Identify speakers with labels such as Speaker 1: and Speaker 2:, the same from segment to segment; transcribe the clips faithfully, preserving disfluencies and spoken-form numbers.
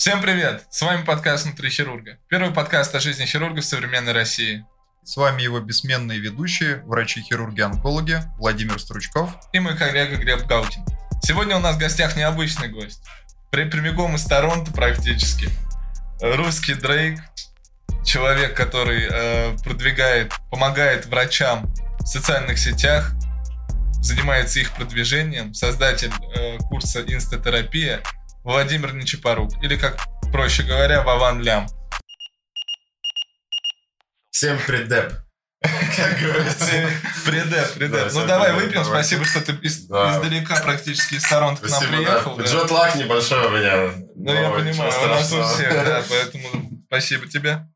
Speaker 1: Всем привет! С вами подкаст «Внутри хирурга». Первый подкаст о жизни хирурга в современной России.
Speaker 2: С вами его бессменные ведущие, врачи-хирурги-онкологи Владимир Стручков
Speaker 1: и мой коллега Глеб Галкин. Сегодня у нас в гостях необычный гость. Прямиком из Торонто практически. Русский Дрейк. Человек, который э, продвигает, помогает врачам в социальных сетях, занимается их продвижением, создатель э, курса «Инстатерапия» Владимир Нечапорук, или, как проще говоря, Вован Лям.
Speaker 3: Всем предеп, как говорится.
Speaker 1: Предеп, предеп. Ну давай выпьем, спасибо, что ты издалека практически из Торонто к нам приехал.
Speaker 3: Джет-лаг небольшой у меня.
Speaker 1: Ну я понимаю, у нас у всех, да, поэтому спасибо тебе.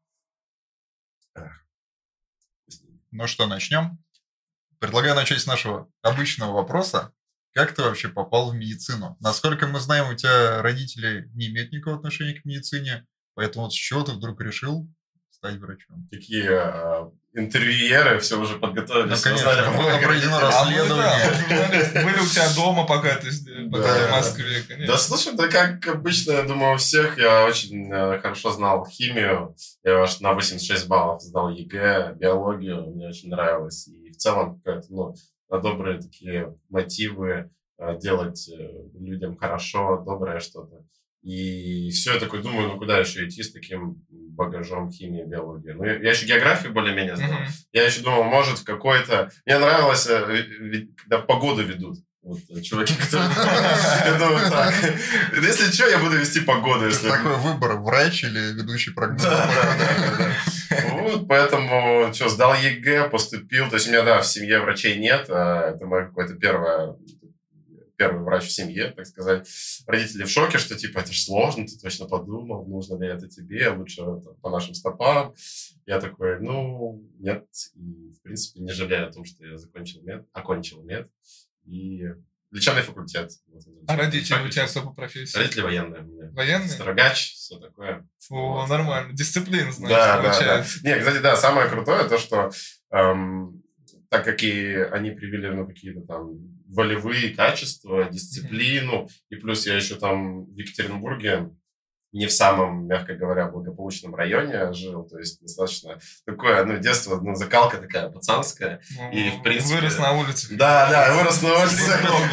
Speaker 2: Ну что, начнем? Предлагаю начать с нашего обычного вопроса. Как ты вообще попал в медицину? Насколько мы знаем, у тебя родители не имеют никакого отношения к медицине, поэтому вот с чего ты вдруг решил стать врачом?
Speaker 3: Такие э, интервьюеры все уже подготовились.
Speaker 2: Ну, конечно, было проведено расследование.
Speaker 1: Были у тебя дома, пока ты в Москве, конечно.
Speaker 3: Да слушай, да как обычно, я думаю, у всех, я очень хорошо знал химию. Я аж на восемьдесят шесть баллов сдал ЕГЭ, биологию, мне очень нравилось. И в целом какая-то, ну, на добрые такие мотивы делать людям хорошо, доброе что-то. И все, я такой думаю, ну куда еще идти с таким багажом химии, биологии. Ну, я, я еще географию более-менее знал. Mm-hmm. Я еще думал, может, в какой-то... Мне нравилось, когда погоду ведут. Вот, чуваки, которые... Я думаю, так, если что, я буду вести погоду.
Speaker 2: Такой выбор, врач или ведущий прогноз.
Speaker 3: Да, да, да. Вот, поэтому, что, сдал ЕГЭ, поступил. То есть у меня, да, в семье врачей нет. Это мое какое-то первое... первый врач в семье, так сказать. Родители в шоке, что, типа, это же сложно, ты точно подумал, нужно ли это тебе, лучше там, по нашим стопам. Я такой, ну, нет. И, в принципе, не жалею о том, что я закончил мед, окончил мед. И лечебный факультет.
Speaker 1: А родители у тебя кто по профессии?
Speaker 3: Родители военные.
Speaker 1: Военные?
Speaker 3: Строгач, все такое.
Speaker 1: О, вот. Нормально. Дисциплина, значит,
Speaker 3: да,
Speaker 1: получается.
Speaker 3: Да, да. Не, кстати, да, самое крутое то, что эм, так как и они привели, ну, какие-то там волевые качества, дисциплину, mm-hmm. и плюс я еще там в Екатеринбурге не в самом, мягко говоря, благополучном районе жил, то есть достаточно такое, ну, детство, ну, закалка такая пацанская, mm-hmm. и, в принципе...
Speaker 1: Вырос на улице.
Speaker 3: Да, да, вырос на улице.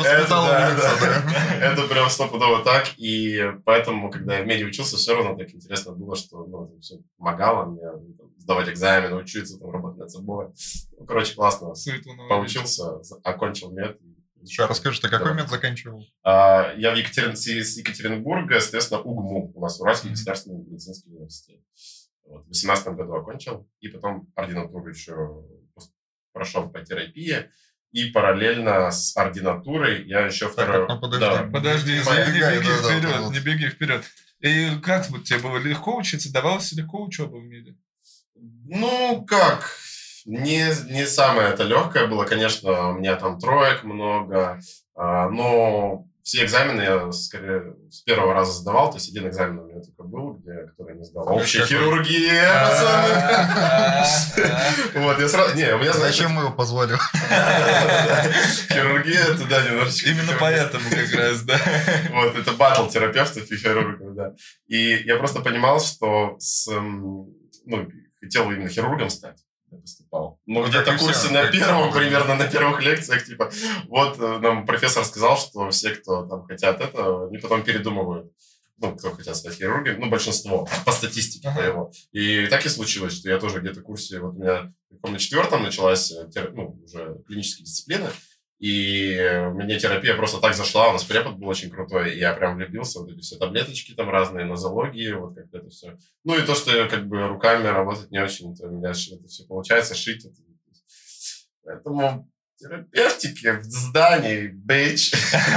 Speaker 3: Это прям стопудово так, и поэтому, когда я в меди учился, все равно так интересно было, что, ну, все помогало мне сдавать экзамены, учиться, там, работать над собой. Ну, короче, классно. Поучился, окончил мед.
Speaker 2: Слушай, а расскажи, ты какой да. мед заканчивал?
Speaker 3: А, я в Екатерин... из Екатеринбурга, соответственно, УГМУ. У нас Уральский mm-hmm. государственный медицинский университет. Вот, в восемнадцатом году окончил. И потом ординатуру еще прошел по терапии. И параллельно с ординатурой я еще второй...
Speaker 2: Ну, подожди,
Speaker 1: да. подожди, не, не беги да, вперед, да, не беги вперед. И как вот тебе было легко учиться? Давалось легко учеба в меди?
Speaker 3: Ну, как... Не, не самое это легкое было, конечно, у меня там троек много, но все экзамены я скорее с первого раза сдавал, то есть один экзамен у меня только был, где, который я не сдал. Общая хирургия, пацаны! Вот, я сразу... Не, у меня,
Speaker 2: зачем мы его позвали?
Speaker 3: Хирургия, это, да, немножечко...
Speaker 1: Именно поэтому как раз, да.
Speaker 3: Вот, это баттл терапевтов и хирургов, да. И я просто понимал, что с... Ну, хотел именно хирургом стать. Поступал. Ну, ну где-то курсе на первом, примерно на первых лекциях, типа, вот нам профессор сказал, что все, кто там хотят это, они потом передумывают. Ну, кто хотят стать хирургом, ну, большинство, по статистике ага. по его. И так и случилось, что я тоже где-то в курсе, вот у меня, на четвертом началась, ну, уже клинические дисциплины, и мне терапия просто так зашла, у нас препод был очень крутой, и я прям влюбился, вот эти все таблеточки там разные, нозологии, вот как-то это все. Ну и то, что я как бы руками работать не очень, то у меня это все получается, шить это. Поэтому терапевтики в здании, бейдж.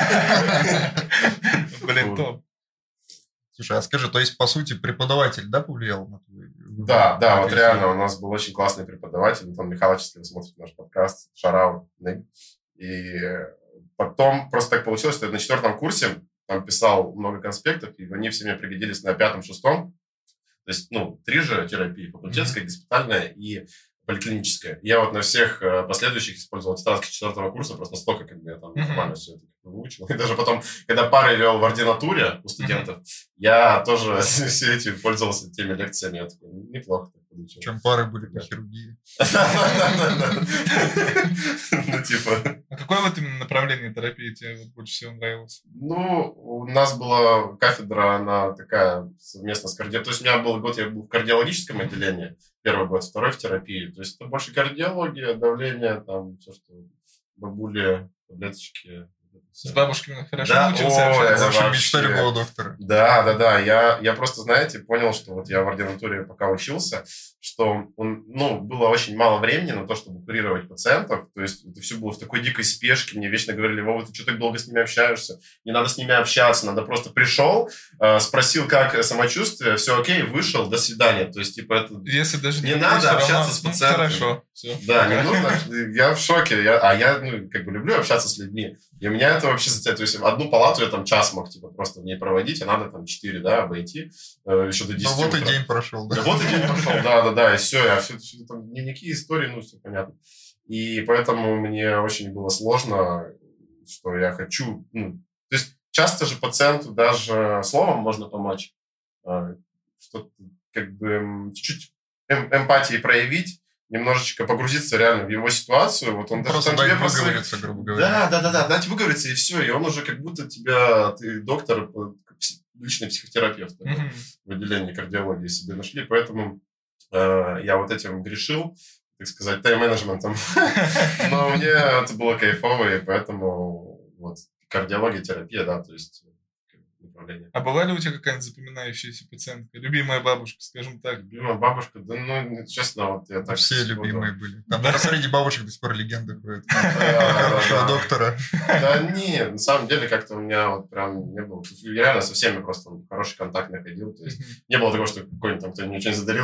Speaker 1: Блин, топ.
Speaker 2: Слушай, а скажи, то есть, по сути, преподаватель, да, повлиял на твой...
Speaker 3: Да, да, вот реально, у нас был очень классный преподаватель, Антон Михайлович, если вы смотрите наш подкаст, шараут. И потом просто так получилось, что я на четвертом курсе там писал много конспектов, и они все мне пригодились на пятом, шестом. То есть, ну, три же терапии, факультетская, госпитальная и поликлиническое. Я вот на всех последующих использовал тетрадки четвертого курса, просто настолько как бы я там нормально все это выучил. И даже потом, когда пары вел в ординатуре у студентов, я тоже все эти пользовался теми лекциями. Я такой, неплохо так получил.
Speaker 2: Чем пары были по хирургии.
Speaker 3: Ну, типа...
Speaker 1: А какое вот именно направление терапии тебе больше всего нравилось?
Speaker 3: Ну, у нас была кафедра, она такая совместно с кардиологией. То есть у меня был год, я был в кардиологическом отделении, первый год, второй в терапии. То есть это больше кардиология, давление, там все, что бабули, таблеточки.
Speaker 1: С бабушками хорошо
Speaker 3: да,
Speaker 1: научился
Speaker 3: о,
Speaker 1: общаться?
Speaker 2: Это вообще мечта любого доктора.
Speaker 3: Да, да, да. Я, я просто, знаете, понял, что вот я в ординатуре пока учился, что он, ну, было очень мало времени на то, чтобы курировать пациентов. То есть это все было в такой дикой спешке. Мне вечно говорили: Вова, ты что так долго с ними общаешься? Не надо с ними общаться, надо просто пришел, э, спросил, как самочувствие, все окей, вышел, до свидания. То есть, типа, это...
Speaker 1: Если даже
Speaker 3: не, не надо общаться
Speaker 1: равно,
Speaker 3: с пациентами.
Speaker 1: Ну, хорошо, все.
Speaker 3: Да, не нужно. Я в шоке. Я, а я, ну, как бы люблю общаться с людьми. И у меня это вообще затягивает. То есть одну палату я там час мог, типа, просто в ней проводить, а надо там четыре, да, обойти, э, еще до десяти.
Speaker 2: Ну, вот
Speaker 3: утра.
Speaker 2: и день прошел, да?
Speaker 3: Да, вот и день прошел, да, да, да, и все, я все, все там дневники, истории, ну, все понятно. И поэтому мне очень было сложно, что я хочу, ну, то есть часто же пациенту даже словом можно помочь, что-то как бы чуть-чуть эм- эмпатии проявить, немножечко погрузиться реально в его ситуацию. Вот он
Speaker 2: просто
Speaker 3: даже
Speaker 2: дать
Speaker 3: просто...
Speaker 2: выговориться, грубо говоря.
Speaker 3: Да, да, да, да, дать выговориться, и все. И он уже как будто тебя, ты доктор, личный психотерапевт mm-hmm. в отделении кардиологии себе нашли. Поэтому э, я вот этим грешил, так сказать, тайм-менеджментом. Но мне это было кайфово, и поэтому вот кардиология, терапия, да, то есть... направления.
Speaker 1: А была ли у тебя какая-нибудь запоминающаяся пациентка? Любимая бабушка, скажем так.
Speaker 3: Любимая бабушка? Да, ну, честно, вот я так...
Speaker 2: Все любимые были. Там
Speaker 1: Да.
Speaker 2: среди бабушек до сих пор легенды ходят.
Speaker 3: Да,
Speaker 2: Хорошего
Speaker 3: да.
Speaker 2: доктора.
Speaker 3: Да не, на самом деле как-то у меня вот прям не было. Я реально со всеми просто хороший контакт находил. То есть не было такого, что какой-нибудь там кто-нибудь ничего не задарил.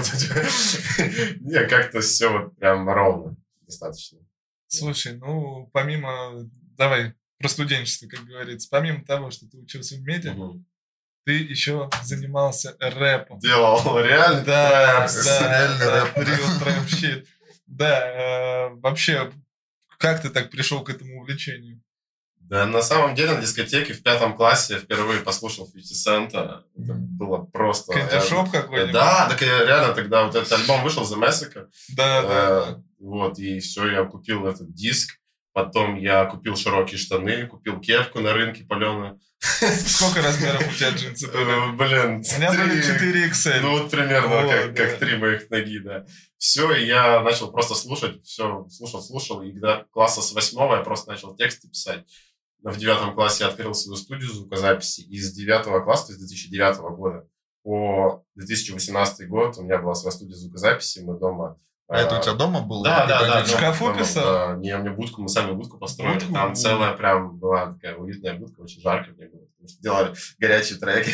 Speaker 3: Не, как-то все вот прям ровно достаточно.
Speaker 1: Слушай, ну, помимо... Давай, про студенчество, как говорится. Помимо того, что ты учился в меди,
Speaker 3: Угу.
Speaker 1: ты еще занимался рэпом.
Speaker 3: Делал реально
Speaker 1: Да,
Speaker 3: трэп.
Speaker 1: да,
Speaker 2: реальный
Speaker 1: да,
Speaker 2: рэп.
Speaker 1: real trap shit. Да, э, вообще, как ты так пришел к этому увлечению?
Speaker 3: Да, на самом деле на дискотеке в пятом классе я впервые послушал фифти Цента. Это было просто...
Speaker 1: Кэнди-шоп какой-нибудь?
Speaker 3: Да, так я реально тогда вот этот альбом вышел, The Massacre.
Speaker 1: Да, да, да.
Speaker 3: Вот, и все, я купил этот диск. Потом я купил широкие штаны, купил кепку на рынке паленую.
Speaker 1: Сколько размеров у тебя джинсы были?
Speaker 3: Блин,
Speaker 1: У меня были четыре икс эль.
Speaker 3: Ну, вот примерно
Speaker 1: О,
Speaker 3: как,
Speaker 1: да.
Speaker 3: как три моих ноги, да. Все, и я начал просто слушать, все, слушал, слушал. И когда класса с восьмого я просто начал тексты писать. В девятом классе я открыл свою студию звукозаписи. И с девятого класса, то есть с две тысячи девятого года по две тысячи восемнадцатый год у меня была своя студия звукозаписи, мы дома...
Speaker 2: А это у тебя дома было?
Speaker 3: Да, да, да.
Speaker 1: В шкафу
Speaker 3: дома,
Speaker 1: писал?
Speaker 3: Да. Не, мне будку, мы сами будку построили.
Speaker 1: Будку?
Speaker 3: Там целая прям была такая уютная будка, очень жарко мне было, потому что делали горячие треки.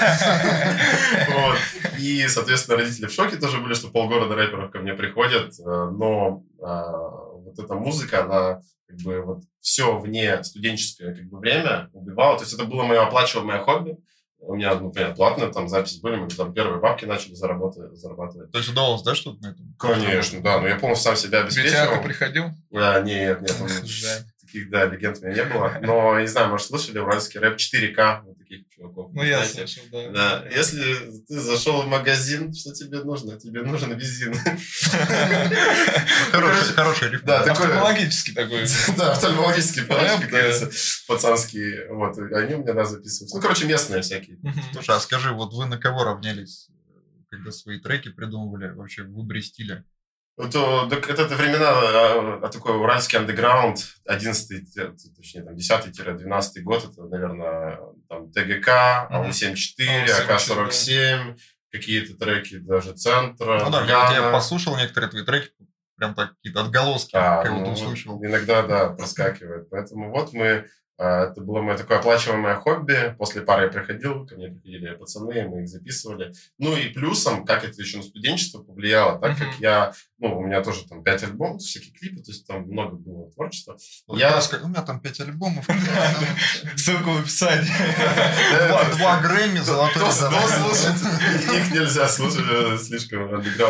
Speaker 3: И, соответственно, родители в шоке тоже были, что полгорода рэперов ко мне приходят, но вот эта музыка, она как бы вот все вне студенческое как бы время убивала. То есть это было мое оплачиваемое хобби. У меня, ну, понятно, платные там записи были, мы там первые бабки начали зарабатывать. зарабатывать.
Speaker 2: То есть удалось, да, что-то на этом?
Speaker 3: Конечно, да, но я полностью сам себя обеспечивал.
Speaker 1: Витяка приходил?
Speaker 3: А, нет, нет,
Speaker 1: Ох, жаль.
Speaker 3: таких, да, легенд у меня не было. Но, не знаю, может, слышали уральский рэп четыре ка, вот таких чуваков.
Speaker 1: Ну, я
Speaker 3: знаете?
Speaker 1: слышал, да.
Speaker 3: Да, если ты зашел в магазин, что тебе нужно? Тебе нужен визин.
Speaker 2: Хороший, хороший рифм.
Speaker 3: Да, такой...
Speaker 1: Офтальмологический такой.
Speaker 3: Да, офтальмологический парень,
Speaker 1: Рэп,
Speaker 3: как
Speaker 1: да.
Speaker 3: говорится, пацанский. Вот, и они у меня, да, записываются. Ну, короче, местные всякие.
Speaker 1: Мгм.
Speaker 2: Слушай, а скажи, вот вы на кого равнялись, когда свои треки придумывали, вообще в выборе стиля?
Speaker 3: Вот, о, так это, это времена, а, а, такой уральский андеграунд, одиннадцатый, точнее, там, десятый-двенадцатый год, это, наверное, там, ТГК, АУ семьдесят четыре, АК сорок семь, какие-то треки даже Центра,
Speaker 2: Ну да, я, вот я
Speaker 3: Нагано.
Speaker 2: послушал некоторые твои треки, прям так какие-то отголоски
Speaker 3: А,
Speaker 2: кого-то
Speaker 3: ну,
Speaker 2: услышал.
Speaker 3: иногда, да, проскакивает. Поэтому вот мы, а, это было мое такое оплачиваемое хобби. После пары я приходил, ко мне приходили пацаны, мы их записывали. Ну и плюсом, как это еще на студенчество повлияло, так как
Speaker 1: Мгм.
Speaker 3: я, ну, у меня тоже там пять альбомов, всякие клипы, то есть там много было творчества.
Speaker 2: Я...
Speaker 3: Я...
Speaker 2: У меня там пять альбомов.
Speaker 1: Ссылку в описании.
Speaker 2: Два два Грэмми, золотой
Speaker 3: Кто
Speaker 2: медаль.
Speaker 3: слушает, их нельзя слушать, э, слишком андеграунд.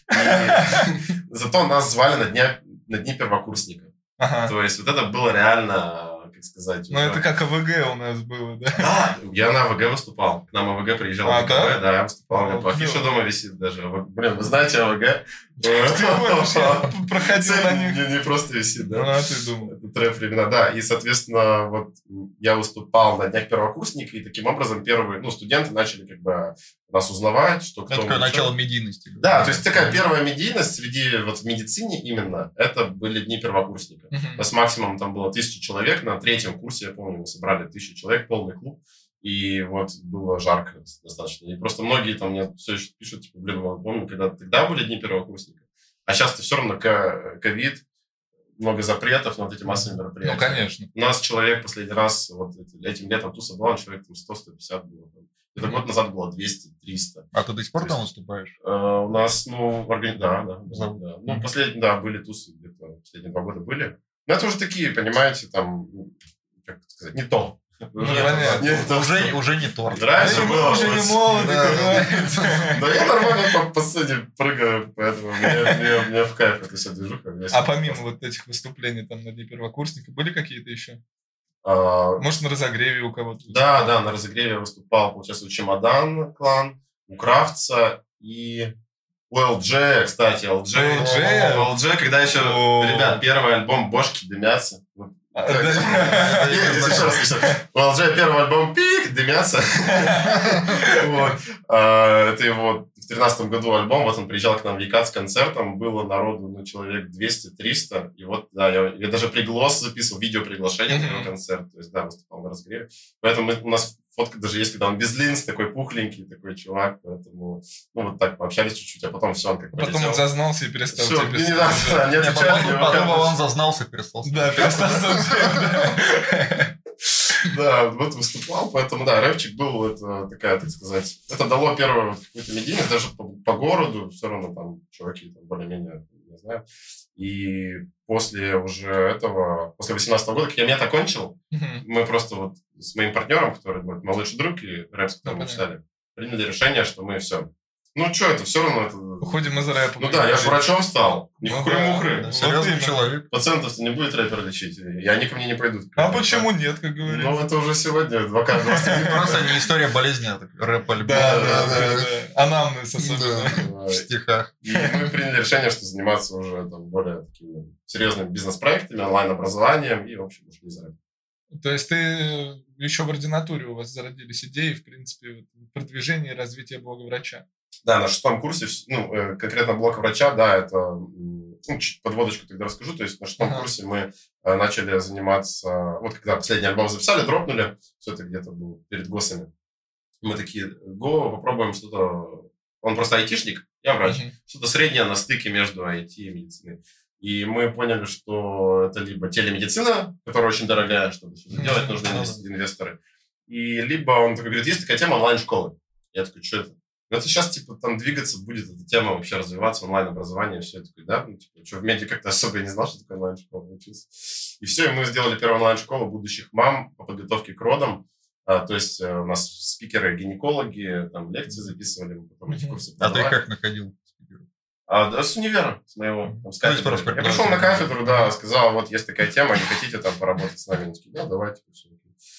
Speaker 3: Зато нас звали на дня на дни первокурсника.
Speaker 1: Ага.
Speaker 3: То есть вот это было реально, как сказать...
Speaker 1: Ну, уже... это как АВГ у нас было, да?
Speaker 3: Да, я на АВГ выступал. К нам АВГ приезжал.
Speaker 1: А, да?
Speaker 3: Да, я выступал. По афише дома висит даже. Блин, вы знаете АВГ?
Speaker 1: Проходил на них.
Speaker 3: Не просто висит, да?
Speaker 1: Ну, а ты думал.
Speaker 3: Это трэп времена, да. И, соответственно, вот я выступал на днях первокурсника, и таким образом первые, ну, студенты начали как бы нас узнавать, что кто...
Speaker 2: Это такое начало медийности.
Speaker 3: Да, то есть такая первая медийность среди, вот в медицине именно, это были дни первокурсника. Uh-huh. У нас максимум там было тысяча человек, на третьем курсе, я помню, мы собрали тысячу человек, полный клуб, и вот было жарко достаточно. И просто многие там мне все еще пишут, типа, блин, я помню, когда тогда были дни первокурсника, а сейчас-то все равно ковид, много запретов на вот эти массовые мероприятия.
Speaker 1: Ну, конечно.
Speaker 3: У нас человек последний раз, вот этим летом туса была, человек там сто - сто пятьдесят было. Это год назад было двести - триста.
Speaker 2: А ты до сих пор там выступаешь?
Speaker 3: Э, у нас, ну, органи... да, да, да, да. Ну, последние, да, были тусы, где-то последние два года были. Но это уже такие, понимаете, там, как сказать, не то.
Speaker 1: Ну, уже, понятно.
Speaker 2: Не, это уже, уже не торт.
Speaker 3: Раньше было.
Speaker 1: Уже не молодый, как говорится.
Speaker 3: Да я нормально по сцене прыгаю, поэтому мне в кайф это все движуха.
Speaker 1: А помимо вот этих выступлений там на дне первокурсника, были какие-то еще? А, может, на разогреве у кого-то?
Speaker 3: Да, да, на разогреве я выступал, получается, у Чемодан клан, у Крафтса и у эл джей, кстати, эл джей.
Speaker 1: эл джей?
Speaker 3: эл джей, когда еще, ребят, первый альбом «Бошки дымятся». У эл джей первый альбом «Пик», «Дымятся». Это его в тринадцатом году альбом, вот он приезжал к нам в Екат с концертом, было народу, ну, человек двести - триста, и вот, да, я, я даже приглас записывал, видео приглашение на его концерт, то есть, да, выступал на разогреве, поэтому мы, у нас фотка даже есть, когда он без линз, такой пухленький, такой чувак, поэтому, ну, вот так пообщались чуть-чуть, а потом все, он как
Speaker 1: Потом он зазнался и перестал
Speaker 3: все,
Speaker 1: тебе
Speaker 3: не надо, да, не отвечать.
Speaker 2: Потом он зазнался и перестал.
Speaker 1: Да, перестал
Speaker 3: Да, вот выступал, поэтому, да, рэпчик был, это такая, так сказать, это дало первую какую-то медийность, даже по, по городу, все равно там чуваки там более-менее, не знаю, и после уже этого, после восемнадцатого года, как я мет окончил, uh-huh. мы просто вот с моим партнером, который будет мой лучший друг, и рэп, с которым мы читали, приняли решение, что мы все... Ну, что это, все равно это...
Speaker 1: Уходим из рэпа.
Speaker 3: Ну да, я же врачом стал. Не
Speaker 1: ну,
Speaker 3: хухры-мухры.
Speaker 2: Да, серьезный вот человек.
Speaker 3: Пациентов-то не будет рэпера лечить. И они ко мне не пойдут.
Speaker 1: А почему нет, как говорится?
Speaker 3: Ну, это уже сегодня адвокат.
Speaker 2: Просто не история болезни, а рэп-альбом.
Speaker 1: Да, да, да. Анамнез особенно.
Speaker 2: В стихах.
Speaker 3: И мы приняли решение, что заниматься уже более такими серьезными бизнес-проектами, онлайн-образованием и, в общем, ушли из рэпа.
Speaker 1: То есть ты еще в ординатуре у вас зародились идеи, в принципе, продвижения и развития блога врача.
Speaker 3: Да, на шестом курсе, ну, конкретно блог врача, да, это, ну, чуть подводочку тогда расскажу, то есть на шестом ага. курсе мы начали заниматься, вот когда последний альбом записали, дропнули, все это где-то было перед госами, мы такие, го, попробуем что-то, он просто айтишник, я врач, uh-huh. что-то среднее на стыке между ай ти и медициной. И мы поняли, что это либо телемедицина, которая очень дорогая, чтобы что-то делать, нужны инвесторы, и либо он такой говорит, есть такая тема онлайн-школы. Я такой, что это? Ну, это сейчас, типа, там двигаться будет, эта тема вообще развиваться, онлайн-образование, все это, да? Ну, типа, что, в меди как-то особо я не знал, что такое онлайн-школа учился. И все, и мы сделали первую онлайн-школу будущих мам по подготовке к родам. А, то есть у нас спикеры, гинекологи, там лекции записывали, мы потом эти курсы
Speaker 2: продавали. А ты как находил спикеров?
Speaker 3: А, да, с универа, с моего, там, с кафедры. Я пришел на кафедру, да, сказал, вот есть такая тема, не хотите там поработать с нами? Они такие, да, давайте, все.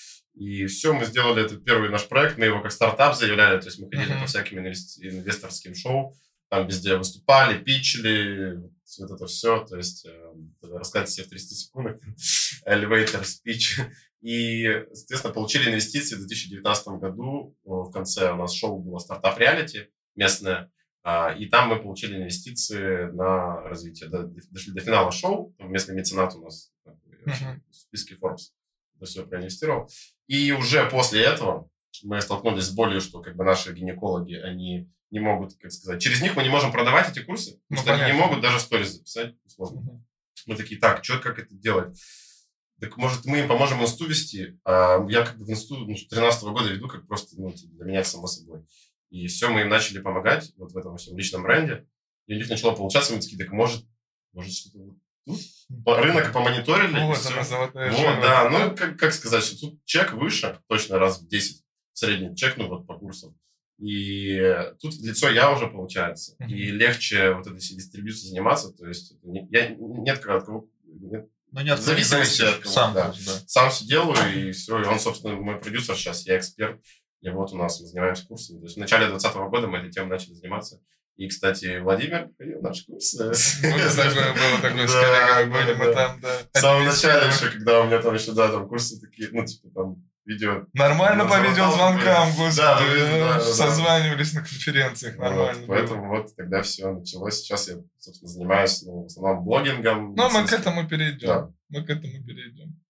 Speaker 3: И все, мы сделали этот первый наш проект, мы его как стартап заявляли, то есть мы ходили uh-huh. по всяким инвесторским шоу, там везде выступали, питчили, вот это все, то есть э, рассказать себе в триста секунд, elevator speech. И, соответственно, получили инвестиции в две тысячи девятнадцатом году, в конце у нас шоу было стартап реалити местное, и там мы получили инвестиции на развитие, дошли до финала шоу, местный меценат у нас uh-huh. в списке Forbes. Это все проинвестировал. И уже после этого мы столкнулись с болью, что как бы наши гинекологи, они не могут, как сказать, через них мы не можем продавать эти курсы, потому ну, что они не могут даже сторис записать, условно. Uh-huh. Мы такие, так, что, как это делать? Так, может, мы им поможем инсту вести? А я как бы в инсту ну, с тринадцатого года веду, как просто ну, для меня само собой. И все, мы им начали помогать вот в этом всем личном бренде. И у них начало получаться, мы такие, так может, может что-то вот тут? Рынок помониторили.
Speaker 1: Вот она, золотая
Speaker 3: Вот, жена. Да, ну, как, как сказать, что тут чек выше, точно раз в десять средний чек, ну, вот по курсам. И тут лицо я уже, получается.
Speaker 1: Mm-hmm.
Speaker 3: И легче вот этой дистрибьюцией заниматься. То есть я, нет кого... Нет,
Speaker 2: ну, нет,
Speaker 3: зависимости от кого.
Speaker 2: Сам,
Speaker 3: да.
Speaker 2: да.
Speaker 3: Сам все делаю, и все. И он, собственно, мой продюсер сейчас, я эксперт. И вот у нас мы занимаемся курсами. То есть в начале двадцатого года мы этой темой начали заниматься. И, кстати, Владимир ходил в наш курс.
Speaker 1: Было такое с коллегами, были мы там, да.
Speaker 3: В самом начале еще, когда у меня там еще, да, там курсы такие, ну, типа там видео...
Speaker 1: Нормально по видеозвонкам, господи,
Speaker 3: да,
Speaker 1: созванивались на конференциях, нормально.
Speaker 3: Поэтому вот тогда все началось. Сейчас я, собственно, занимаюсь, ну, в основном блогингом.
Speaker 1: Ну, мы к этому перейдем. Мы к этому перейдем.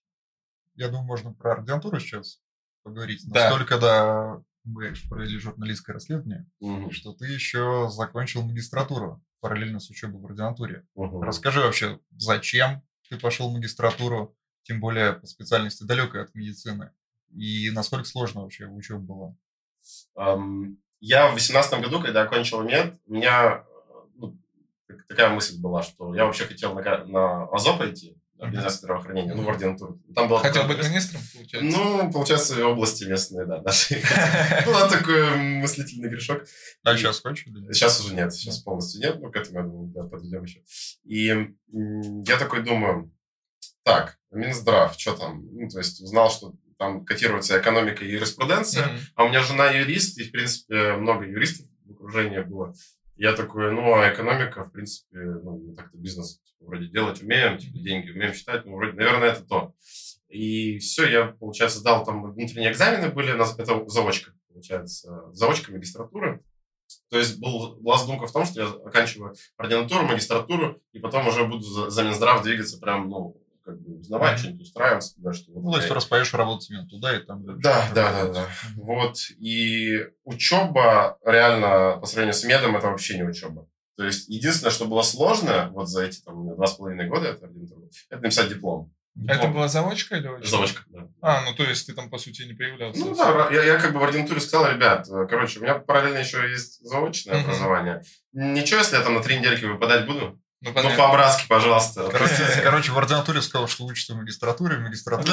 Speaker 2: Я думаю, можно про ординатуру сейчас поговорить. Насколько, да, мы провели журналистское расследование,
Speaker 3: угу.
Speaker 2: что ты еще закончил магистратуру параллельно с учебой в ординатуре.
Speaker 3: Угу.
Speaker 2: Расскажи вообще, зачем ты пошел в магистратуру, тем более по специальности далекой от медицины, и насколько сложно вообще учеба была?
Speaker 3: Um, я в восемнадцатом году, когда окончил мед, у меня ну, такая мысль была, что я вообще хотел на, на АЗО пойти, организацию здравоохранения, ну, в ординатуру.
Speaker 1: Там было Хотел быть министром, получается?
Speaker 3: Ну, получается, области местные, да. Был такой мыслительный грешок.
Speaker 2: А сейчас кончили?
Speaker 3: Сейчас уже нет, сейчас полностью нет, но к этому, я думаю, подойдем еще. И я такой думаю, так, Минздрав, что там? Ну, то есть узнал, что там котируется экономика и юриспруденция, а у меня жена юрист, и, в принципе, много юристов в окружении было. Я такой, ну, а экономика, в принципе, ну, мы так-то бизнес вроде делать умеем, типа, деньги умеем считать, ну, вроде, наверное, это то. И все, я, получается, сдал там внутренние экзамены были, это заочка, получается, заочка магистратуры. То есть был, была задумка в том, что я оканчиваю ординатуру, магистратуру, и потом уже буду за, за Минздрав двигаться прям, ну, как бы узнавать, mm-hmm. что-нибудь устраиваться. Да, что вот
Speaker 2: ну, то есть просто поешь работать именно туда и там.
Speaker 3: Да, да, да, да. Mm-hmm. Вот. И учеба реально по сравнению с медом это вообще не учеба. То есть единственное, что было сложно вот за эти там два с половиной года, это, это написать диплом.
Speaker 1: диплом. Это была заочка или очка?
Speaker 3: Заочка, да.
Speaker 1: А, ну то есть ты там по сути не появлялся?
Speaker 3: Ну да, я, я как бы в ординатуре сказал, ребят, короче, у меня параллельно еще есть заочное mm-hmm. образование. Ничего, если я там на три недельки выпадать буду? Ну, ну по-братски, пожалуйста.
Speaker 2: Короче, короче, в ординатуре сказал, что учится в магистратуре, в магистратуре.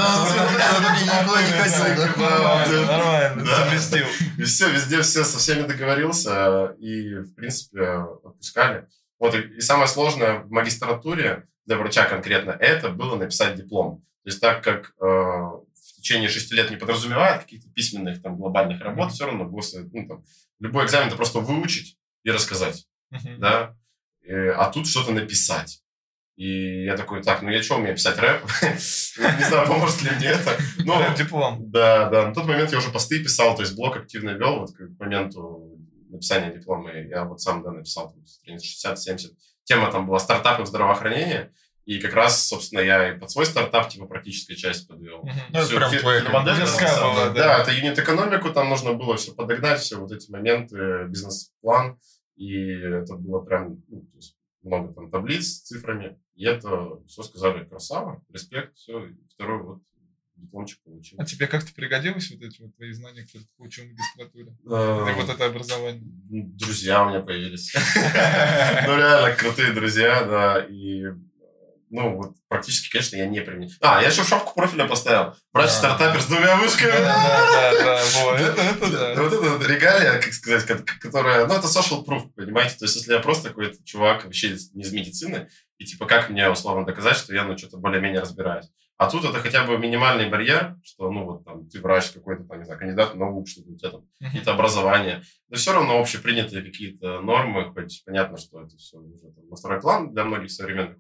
Speaker 1: Нормально, совместил.
Speaker 3: И все, везде все со всеми договорился, и, в принципе, отпускали. Вот, и самое сложное в магистратуре, для врача конкретно, это было написать диплом. То есть так как в течение шести лет не подразумевает каких-то письменных там глобальных работ, все равно любой экзамен это просто выучить и рассказать, да. А тут что-то написать. И я такой, так, ну я что, умею писать рэп? Не знаю, поможет ли мне это.
Speaker 1: Диплом.
Speaker 3: Да, да. На тот момент я уже посты писал, то есть блог активно вел вот к моменту написания диплома. Я вот сам, да, написал страниц шестьдесят-семьдесят. Тема там была стартапы в здравоохранении. И как раз, собственно, я и под свой стартап, типа, практическая часть подвел.
Speaker 2: Ну, это прям твоя
Speaker 3: модель. Да, это юнит-экономику, там нужно было все подогнать, все вот эти моменты, бизнес-план. И это было прям, ну, то есть много там таблиц с цифрами. И это все сказали, красава, респект, все. И второй вот дипломчик получил.
Speaker 1: А тебе как-то пригодилось вот эти вот твои знания, которые ты получил в магистратуре? И вот это образование?
Speaker 3: Друзья у меня появились. Ну, реально крутые друзья, да. И, ну, вот практически, конечно, я не применил. А, я еще шапку профиля поставил. Врач-стартапер с двумя вышками.
Speaker 1: Да, да, да. Вот это да.
Speaker 3: Вот это регалия, как сказать, которая... Ну, это social proof, понимаете? То есть, если я просто какой-то чувак вообще не из медицины, и типа как мне условно доказать, что я, ну, что-то более-менее разбираюсь. А тут это хотя бы минимальный барьер, что, ну, вот там, ты врач какой-то, там, не знаю, кандидат наук, что-то у тебя там, uh-huh. какие-то образования. Но все равно общепринятые какие-то нормы, хоть понятно, что это все уже там, на второй план для многих современных.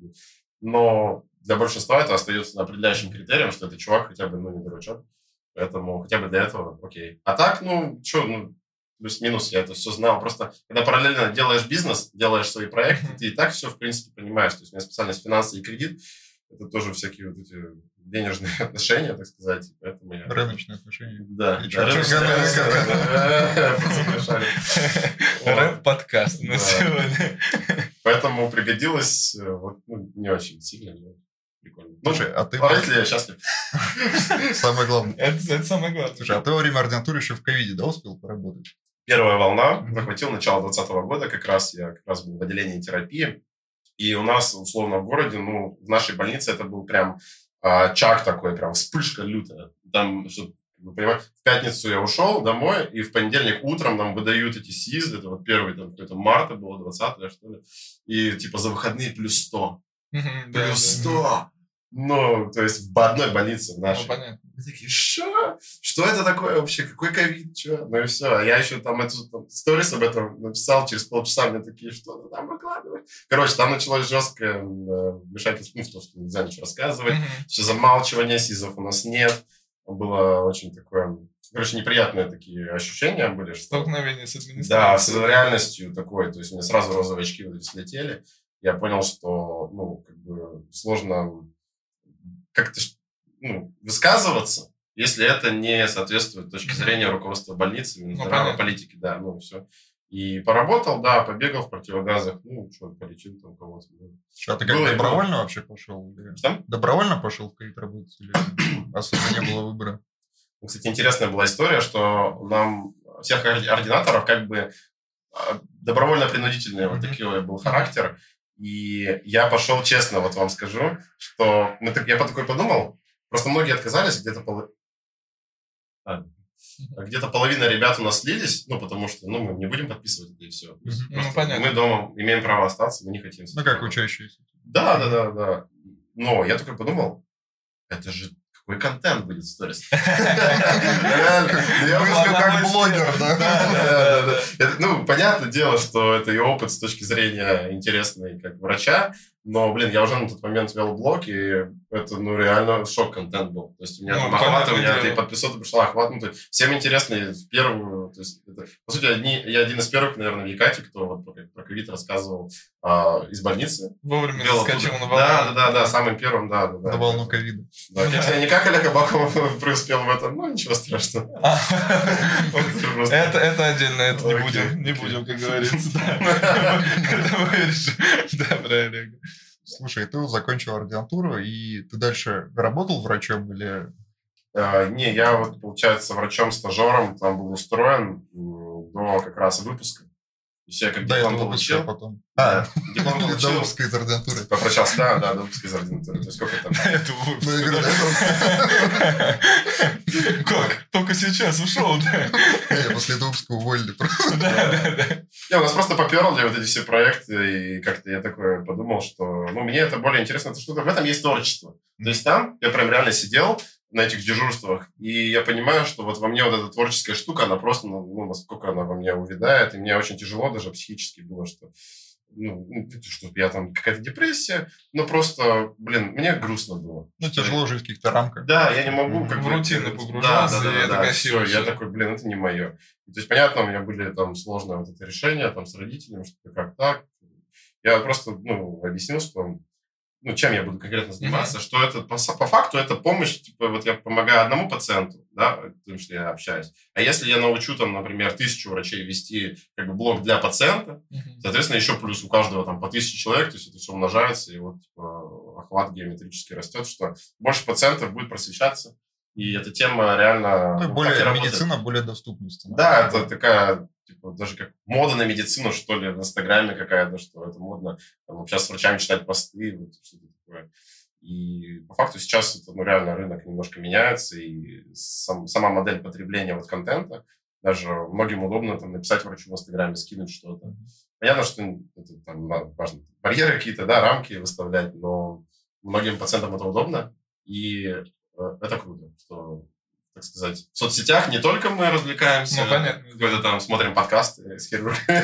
Speaker 3: Но для большинства это остается определяющим критерием, что этот чувак хотя бы, ну, не дурачок. Поэтому хотя бы для этого окей. А так, ну, что, ну, плюс-минус, я это все знал. Просто, когда параллельно делаешь бизнес, делаешь свои проекты, ты и так все, в принципе, понимаешь. То есть у меня специальность финансы и кредит. Это тоже всякие вот эти денежные отношения, так сказать. Поэтому я...
Speaker 2: Рыночные отношения.
Speaker 3: Да.
Speaker 1: Рэп-подкаст на сегодня.
Speaker 3: Поэтому пригодилось не очень сильно, но прикольно.
Speaker 2: Слушай, а ты...
Speaker 3: Родители, я счастлив.
Speaker 2: Самое главное.
Speaker 1: Это самое главное.
Speaker 2: Слушай, а ты во время ординатуры еще в ковиде, да, успел поработать?
Speaker 3: Первая волна захватила начало двадцатого года, как раз я как раз был в отделении терапии. И у нас, условно, в городе, ну, в нашей больнице это был прям а, чак такой, прям вспышка лютая. Там, чтобы Вы понимаете, в пятницу я ушел домой, и в понедельник утром нам выдают эти СИЗ, это вот первый, там, какой-то марта было, двадцатое, что ли, и типа за выходные плюс сто. Плюс сто! Ну, то есть в одной больнице в нашей.
Speaker 1: Ну, понятно.
Speaker 3: Мы такие, что? Что это такое вообще? Какой ковид? Что? Ну и все. А я еще там эту там, сторис об этом написал, через полчаса мне такие, что ты там выкладываешь? Короче, там началось жесткое вмешательство, ну, в то, что нельзя ничего рассказывать. Mm-hmm. Все замалчивание, СИЗов у нас нет. Было очень такое... Короче, неприятные такие ощущения были. Что...
Speaker 1: Столкновение с администрацией.
Speaker 3: Да, с реальностью такой. То есть у меня сразу розовые очки вот эти слетели. Я понял, что, ну, как бы сложно... как-то ну, высказываться, если это не соответствует точке зрения руководства больницы, Минздрава, ну, политики, да, ну, все. И поработал, да, побегал в противогазах, ну, что, полечил там кого-то. Да.
Speaker 2: Что, ты как было, добровольно было... вообще пошел?
Speaker 3: Что?
Speaker 2: Добровольно пошел в ковид работать или особо не было выбора?
Speaker 3: Кстати, интересная была история, что нам всех ординаторов как бы добровольно-принудительный вот такой был характер. И я пошел, честно, вот вам скажу, что мы, я по такой подумал, просто многие отказались, где-то пол... а, где-то половина ребят у нас слились, ну, потому что, ну, мы не будем подписывать это и все.
Speaker 1: Ну, понятно.
Speaker 3: Мы дома имеем право остаться, мы не хотим.
Speaker 2: Ну, как учащиеся.
Speaker 3: Да, да, да, да. Но я такой подумал, это же какой контент будет в сторис.
Speaker 2: Мыслю как блогер, да?
Speaker 3: Ну, понятное дело, что это и опыт с точки зрения интересный как врача, но, блин, я уже на тот момент вел блог, и это, ну, реально шок-контент был. То есть у меня там охват, у меня и подписоты пришла охват. Ну, то есть всем интересно в первую... То есть, это, по сути, одни, я один из первых, наверное, в Якате, кто вот про, про ковид рассказывал а, из больницы.
Speaker 1: Вовремя заскочил на волну.
Speaker 3: Да, да, да, да, самым первым, да. да
Speaker 2: на волну ковида.
Speaker 3: Да, конечно, я не как Олег Абаков преуспел в этом, но ничего страшного.
Speaker 1: Это отдельно, это не будем, не будем, как говорится. Это вырежу. Да, про Олега.
Speaker 2: Слушай, ты закончил ординатуру, и ты дальше работал врачом или...
Speaker 3: Uh, не, я вот, получается, врачом-стажером там был устроен до как раз выпуска. И все, как диплом получил.
Speaker 2: Потом.
Speaker 3: А, диплом получил.
Speaker 2: До выпуска из ординатуры.
Speaker 3: Попрощался, да, да, до выпуска из ординатуры. То есть сколько там?
Speaker 1: Это Как? Только сейчас ушел, да?
Speaker 2: После этого выпуска уволили просто.
Speaker 1: Да, да, да.
Speaker 3: Не, у нас просто поперли вот эти все проекты, и как-то я такой подумал, что, ну, мне это более интересно, что в этом есть творчество. То есть там я прям реально сидел на этих дежурствах, и я понимаю, что вот во мне вот эта творческая штука, она просто, ну, насколько она во мне увядает, и мне очень тяжело даже психически было, что, ну, что я там какая-то депрессия, но просто, блин, мне грустно было.
Speaker 2: Ну, тяжело жить в каких-то рамках.
Speaker 3: Да, я не могу. Как
Speaker 1: в
Speaker 3: бы,
Speaker 1: рутину погружаться,
Speaker 3: да, да, да,
Speaker 1: и это
Speaker 3: да,
Speaker 1: красиво.
Speaker 3: Все, я такой, блин, это не мое. То есть, понятно, у меня были там сложные вот это решения там с родителями, что как так. Я просто, ну, объяснил, что ну, чем я буду конкретно заниматься, mm-hmm. что это по, по факту это помощь, типа, вот я помогаю одному пациенту, да, потому что я общаюсь. А если я научу, там, например, тысячу врачей вести как бы блог для пациента, mm-hmm. соответственно, еще плюс у каждого там по тысяче человек, то есть это все умножается, и вот типа, охват геометрически растет, что больше пациентов будет просвещаться, и эта тема реально...
Speaker 2: Ну, ну более медицина, более доступна.
Speaker 3: Да, это такая... Типа, даже как мода на медицину, что ли, в Инстаграме какая-то, что это модно. Там, сейчас с врачами читать посты, вот, что-то такое. И по факту сейчас это, ну, реально рынок немножко меняется, и сам, сама модель потребления вот контента, даже многим удобно там написать врачу в Инстаграме, скинуть что-то. Понятно, что это там важно барьеры какие-то, да, рамки выставлять, но многим пациентам это удобно, и э, это круто, что... так сказать, в соцсетях не только мы развлекаемся,
Speaker 1: ну, понятно,
Speaker 3: какой-то там смотрим подкасты с хирургами,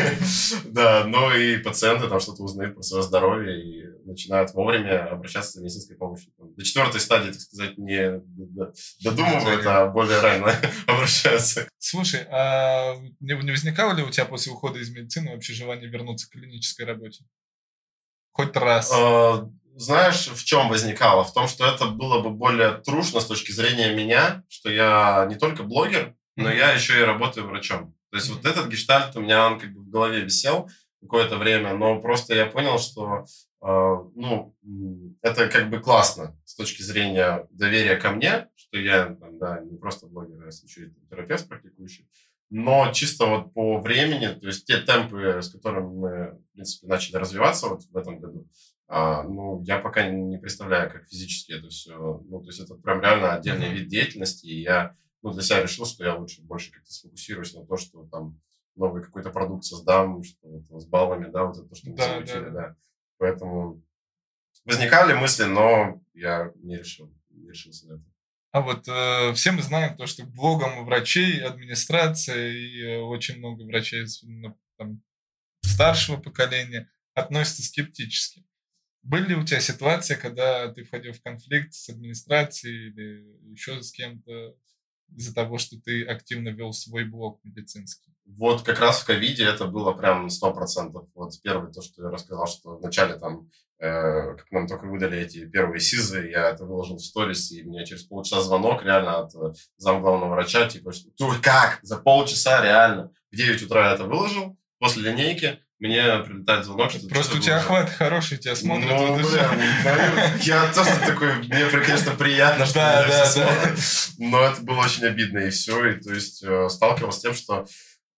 Speaker 3: да, но и пациенты там что-то узнают про свое здоровье и начинают вовремя обращаться за медицинской помощью. До четвертой стадии, так сказать, не додумывают, а более рано обращаются.
Speaker 1: Слушай, а не возникало ли у тебя после ухода из медицины вообще желание вернуться к клинической работе? Хоть раз.
Speaker 3: Знаешь, в чем возникало? В том, что это было бы более трушно с точки зрения меня, что я не только блогер, но mm-hmm. я еще и работаю врачом. То есть mm-hmm. вот этот гештальт у меня, он как бы в голове висел какое-то время, но просто я понял, что э, ну, это как бы классно с точки зрения доверия ко мне, что я там, да, не просто блогер, а еще и терапевт практикующий, но чисто вот по времени, то есть те темпы, с которыми мы, в принципе, начали развиваться вот в этом году, А, ну, я пока не представляю, как физически это все... Ну, то есть это прям реально отдельный mm-hmm. вид деятельности, и я ну, для себя решил, что я лучше больше как-то сфокусируюсь на то, что там новый какой-то продукт создам, что вот с баллами, да, вот это то, что мы
Speaker 1: Да,
Speaker 3: учили,
Speaker 1: да.
Speaker 3: да. Поэтому возникали мысли, но я не решил, не решился на это.
Speaker 1: А вот э, все мы знаем то, что к блогам врачей, администрация и э, очень много врачей особенно, там, старшего поколения относятся скептически. Были ли у тебя ситуации, когда ты входил в конфликт с администрацией или еще с кем-то из-за того, что ты активно вел свой блог медицинский?
Speaker 3: Вот как раз в ковиде это было прям сто процентов. Вот первое, то, что я рассказал, что вначале там, э, как нам только выдали эти первые СИЗы, я это выложил в сторис, и мне через полчаса звонок реально от э, замглавного врача, типа, что ты как? За полчаса реально? В девять утра я это выложил, после линейки мне прилетает звонок, что...
Speaker 1: Просто у тебя охват хороший, тебя смотрят.
Speaker 3: Ну,
Speaker 1: вот
Speaker 3: бля, ну, я тоже такой, мне, конечно, приятно, что
Speaker 1: Да,
Speaker 3: меня
Speaker 1: да,
Speaker 3: все
Speaker 1: да.
Speaker 3: смотрят, но это было очень обидно, и все, и то есть э, сталкивался с тем, что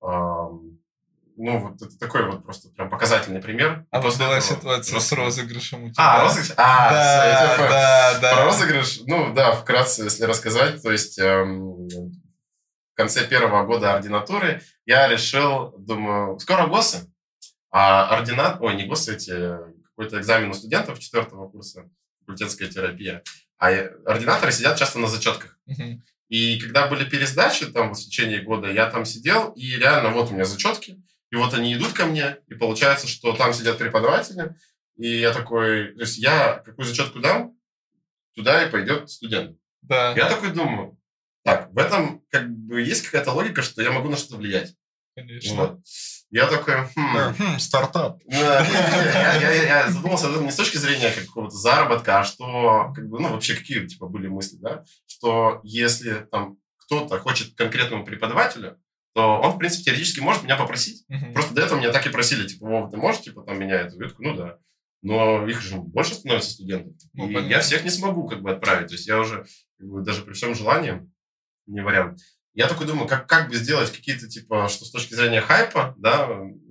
Speaker 3: эм, ну, вот это такой вот просто прям показательный пример.
Speaker 1: А вот
Speaker 3: После
Speaker 1: была
Speaker 3: этого
Speaker 1: ситуация
Speaker 3: просто-
Speaker 1: с розыгрышем у тебя.
Speaker 3: А, розыгрыш? А,
Speaker 1: Да,
Speaker 3: всё, я понял.
Speaker 1: да, да.
Speaker 3: Про розыгрыш, ну да, вкратце, если рассказать, то есть эм, в конце первого года ординатуры я решил, думаю, скоро ГОСы, а ординат, ой, не ГОСы, эти, какой-то экзамен у студентов четвертого курса, факультетская терапия, а ординаторы сидят часто на зачетках.
Speaker 1: Мгм.
Speaker 3: И когда были пересдачи там в течение года, я там сидел, и реально вот у меня зачетки, и вот они идут ко мне, и получается, что там сидят преподаватели, и я такой, то есть я какую зачетку дам, туда и пойдет студент.
Speaker 1: Да.
Speaker 3: Я такой думаю, так, в этом как бы есть какая-то логика, что я могу на что-то влиять.
Speaker 1: Конечно.
Speaker 3: Вот. Я такой, хм,
Speaker 2: Да, хм, стартап.
Speaker 3: да, не, не, не, я, я- я- я задумался об этом не с точки зрения как какого-то заработка, а что, как бы, ну, вообще, какие, типа, были мысли, да, что если там кто-то хочет конкретному преподавателю, то он, в принципе, теоретически может меня попросить.
Speaker 1: Мгм.
Speaker 3: Просто до этого меня так и просили, типа, Вова, ты можешь, типа, там, меня эту ветку? Ну, да. Но их же больше становится студентов.
Speaker 1: Ну,
Speaker 3: и
Speaker 1: понятно.
Speaker 3: я всех не смогу, как бы, отправить. То есть я уже, как бы, даже при всем желании, не вариант. Я такой думаю, как, как бы сделать какие-то, типа, что с точки зрения хайпа, да,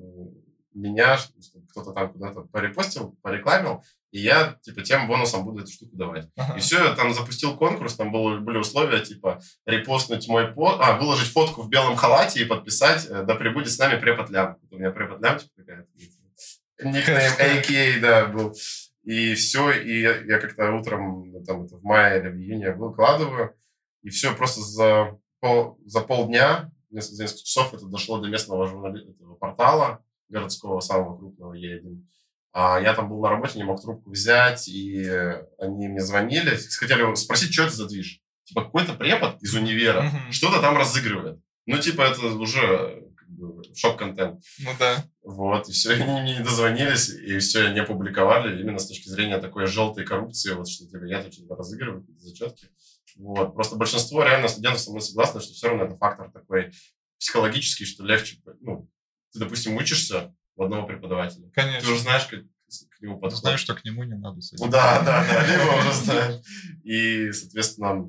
Speaker 3: меня чтобы кто-то там куда-то порепостил, порекламил, и я, типа, тем бонусом буду эту штуку давать.
Speaker 1: Ага.
Speaker 3: И все, я там запустил конкурс, там было, были условия, типа, репостнуть мой пост, а, выложить фотку в белом халате и подписать, э, да пребудет с нами препод Лям. У меня препод Лям, типа, такая, никнейм эй кей эй, да, был. И все, и я, я как-то утром, ну, там, это в мае или в июне выкладываю, и все, просто за, пол, за полдня, несколько, за несколько часов это дошло до местного журнали... этого портала городского, самого крупного, Е один. А я там был на работе, не мог трубку взять, и они мне звонили, хотели спросить, что это за движ. Типа, какой-то препод из универа
Speaker 1: Мгм.
Speaker 3: что-то там разыгрывает. Ну, типа, это уже как бы, шок-контент.
Speaker 1: Ну да.
Speaker 3: Вот, и все, они мне не дозвонились, и все, не опубликовали, именно с точки зрения такой желтой коррупции, вот, что типа, я тут что-то разыгрываю, какие-то зачетки. Вот, просто большинство реально студентов со мной согласны, что все равно это фактор такой психологический, что легче, ну, ты, допустим, учишься у одного преподавателя. Ты
Speaker 1: Конечно.
Speaker 3: уже знаешь, как к нему
Speaker 2: Ты
Speaker 3: подходить.
Speaker 2: знаешь, что к нему не надо
Speaker 3: Ну
Speaker 2: садиться.
Speaker 3: да, да, да, либо уже знаешь. И, соответственно,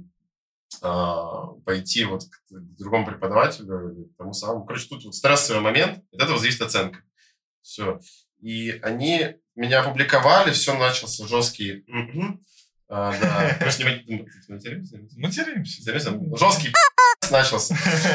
Speaker 3: а, пойти вот к другому преподавателю или к тому самому. Короче, тут вот стрессовый момент, от этого зависит оценка. Все. И они меня опубликовали, все начался жесткий... Мгм. А, да. Короче, не ма- материмся?
Speaker 1: Материмся.
Speaker 3: Материмся? Жесткий начался.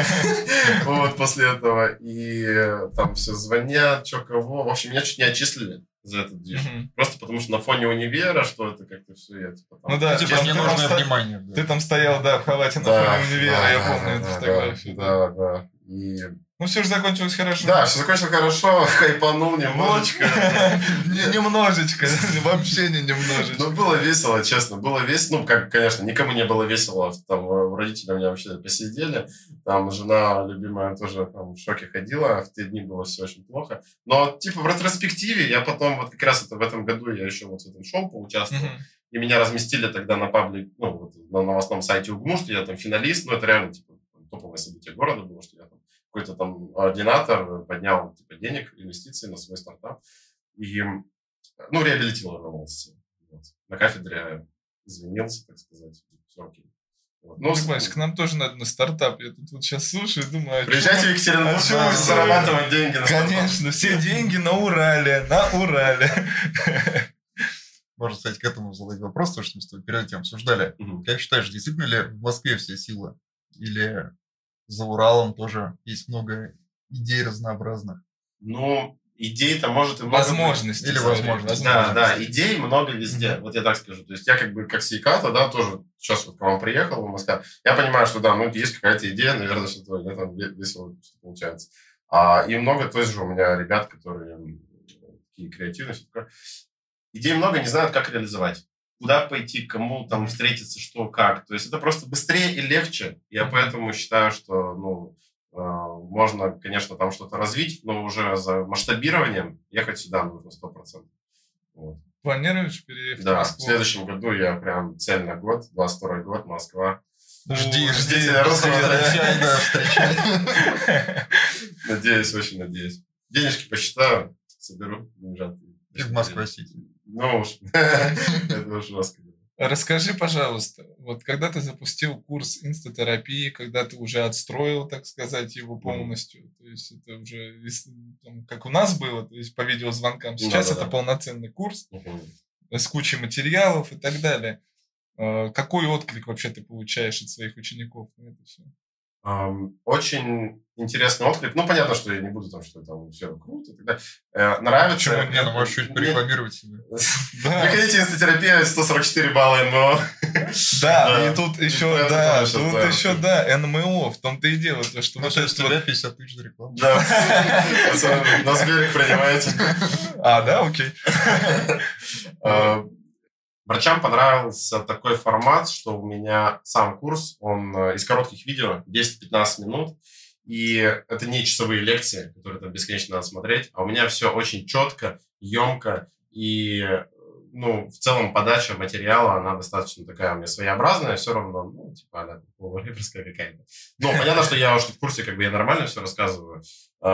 Speaker 3: Вот после этого. И э, там все звонят, что кого. В общем, меня чуть не отчислили за этот движ.
Speaker 1: Мгм.
Speaker 3: Просто потому что на фоне универа, что это как-то все, я типа там...
Speaker 1: Ну да,
Speaker 2: Типа,
Speaker 1: там
Speaker 2: мне
Speaker 1: ты там
Speaker 2: нужно
Speaker 1: ста-
Speaker 2: внимание. да.
Speaker 1: Ты там стоял, да, в халате на
Speaker 3: Да,
Speaker 1: фоне универа,
Speaker 3: да,
Speaker 1: я
Speaker 3: да,
Speaker 1: помню
Speaker 3: да,
Speaker 1: эту
Speaker 3: да,
Speaker 1: фотографию.
Speaker 3: Да, да. И...
Speaker 1: Ну все же закончилось хорошо.
Speaker 3: Да, все закончилось хорошо, хайпанул немножечко.
Speaker 1: Не- Немножечко, вообще не немножечко.
Speaker 3: Ну, было весело, честно, было весело. Ну, как, конечно, никому не было весело. Там у родителей у меня вообще посидели. Там жена любимая тоже там в шоке ходила. В те дни было все очень плохо. Но, типа, в ретроспективе я потом, вот как раз это в этом году я еще вот в этом шоу поучаствовал.
Speaker 1: Мгм.
Speaker 3: И меня разместили тогда на паблик, ну, вот, на новостном сайте УГМУ, что я там финалист. Ну, это реально, типа, топовое событие города было, что я там какой-то там ординатор поднял, типа, денег, инвестиций на свой стартап. И, ну, реабилитировался. Вот. На кафедре извинился, так сказать. Все окей. Вот.
Speaker 1: Ну,
Speaker 3: Ну,
Speaker 1: согласен, к нам тоже надо на стартап. Я тут вот сейчас слушаю и думаю, а
Speaker 3: приезжайте в
Speaker 1: чё-
Speaker 3: Екатеринбург,
Speaker 1: а чё
Speaker 3: да,
Speaker 1: вы
Speaker 3: зарабатывать деньги на стартап.
Speaker 1: Конечно, все деньги на Урале, на Урале.
Speaker 2: Можно, кстати, к этому задать вопрос, то, что мы с тобой перед этим обсуждали.
Speaker 3: Мгм.
Speaker 2: Как считаешь, действительно ли в Москве вся сила Или за Уралом тоже есть много идей разнообразных?
Speaker 3: Ну, идей-то может и много.
Speaker 1: Возможностей.
Speaker 2: Или возможностей.
Speaker 3: Да, да, идей много везде, mm-hmm. вот я так скажу. То есть я как бы как Сейката, да, тоже сейчас вот к вам приехал в Москву, я понимаю, что да, ну, есть какая-то идея, наверное, что-то у меня там весело получается. А, и много, то есть же у меня ребят, которые такие креативные, все такое. Идей много, не знают, как реализовать. Куда пойти, кому там встретиться, что, как. То есть это просто быстрее и легче. Я поэтому считаю, что, ну, можно, конечно, там что-то развить, но уже за масштабированием ехать сюда нужно сто процентов. Вот.
Speaker 1: Планируешь переехать
Speaker 3: да,
Speaker 1: в Москву?
Speaker 3: В следующем году я прям цель на год, двадцать второй год, Москва.
Speaker 2: Жди,
Speaker 3: О,
Speaker 2: жди,
Speaker 3: встречай,
Speaker 2: да, встречай.
Speaker 3: Надеюсь, очень надеюсь. Денежки посчитаю, соберу.
Speaker 2: И в Москва-Сити.
Speaker 3: Ну уж, это уж жестко.
Speaker 1: Расскажи, пожалуйста, вот когда ты запустил курс инстатерапии, когда ты уже отстроил, так сказать, его полностью, mm-hmm. то есть это уже там, как у нас было, то есть по видеозвонкам, сейчас да, это да, полноценный курс mm-hmm. с кучей материалов и так далее. Какой отклик вообще ты получаешь от своих учеников на это все?
Speaker 3: Um, очень интересный отклик. Ну, понятно, что я не буду там, что там все круто и так далее. Э, нравится.
Speaker 2: Почему не? Ну, можешь чуть порекламировать себя.
Speaker 3: Приходите, инстатерапия, сто сорок четыре балла эн эм о.
Speaker 1: Да, и тут еще, да, тут еще, да, эн эм о, в том-то и дело. Что
Speaker 2: ну, то есть у тебя пятьдесят тысяч за рекламу.
Speaker 3: Да, на Сберег принимаете.
Speaker 1: А, да, окей.
Speaker 3: Врачам понравился такой формат, что у меня сам курс, он из коротких видео, десять-пятнадцать минут, и это не часовые лекции, которые там бесконечно надо смотреть, а у меня все очень четко, емко, и, ну, в целом подача материала, она достаточно такая у меня своеобразная, все равно, ну, типа, она полурэперская какая-то. Ну, понятно, что я уж в курсе, как бы я нормально все рассказываю,